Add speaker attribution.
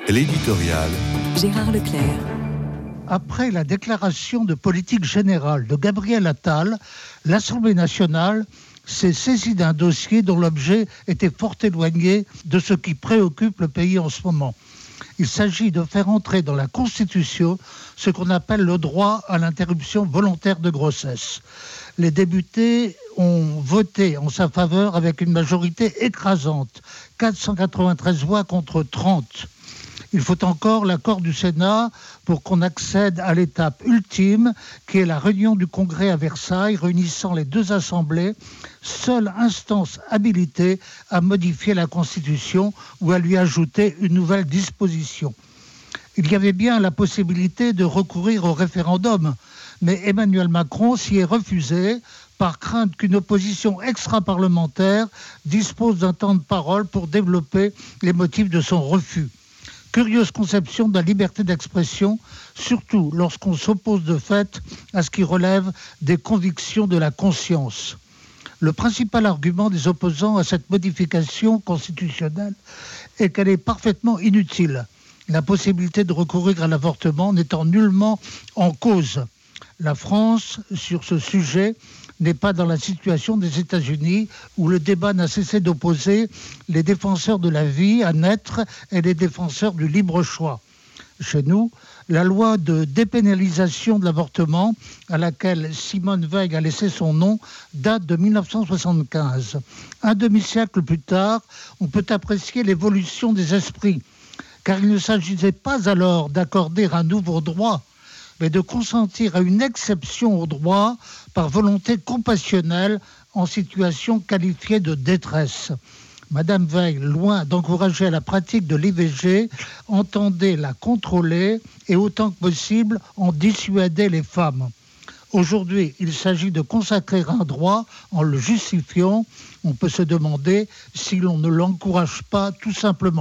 Speaker 1: L'éditorial.
Speaker 2: Gérard Leclerc.
Speaker 3: Après la déclaration de politique générale de Gabriel Attal, l'Assemblée nationale s'est saisie d'un dossier dont l'objet était fort éloigné de ce qui préoccupe le pays en ce moment. Il s'agit de faire entrer dans la Constitution ce qu'on appelle le droit à l'interruption volontaire de grossesse. Les députés ont voté en sa faveur avec une majorité écrasante, 493 voix contre 30. Il faut encore l'accord du Sénat pour qu'on accède à l'étape ultime, qui est la réunion du Congrès à Versailles, réunissant les deux assemblées, seule instance habilitée à modifier la Constitution ou à lui ajouter une nouvelle disposition. Il y avait bien la possibilité de recourir au référendum, mais Emmanuel Macron s'y est refusé par crainte qu'une opposition extra-parlementaire dispose d'un temps de parole pour développer les motifs de son refus. Curieuse conception de la liberté d'expression, surtout lorsqu'on s'oppose de fait à ce qui relève des convictions de la conscience. Le principal argument des opposants à cette modification constitutionnelle est qu'elle est parfaitement inutile, la possibilité de recourir à l'avortement n'étant nullement en cause. La France, sur ce sujet, n'est pas dans la situation des États-Unis où le débat n'a cessé d'opposer les défenseurs de la vie à naître et les défenseurs du libre choix. Chez nous, la loi de dépénalisation de l'avortement, à laquelle Simone Veil a laissé son nom, date de 1975. Un demi-siècle plus tard, on peut apprécier l'évolution des esprits, car il ne s'agissait pas alors d'accorder un nouveau droit, mais de consentir à une exception au droit par volonté compassionnelle en situation qualifiée de détresse. Madame Veil, loin d'encourager la pratique de l'IVG, entendait la contrôler et autant que possible en dissuader les femmes. Aujourd'hui, il s'agit de consacrer un droit en le justifiant. On peut se demander si l'on ne l'encourage pas tout simplement.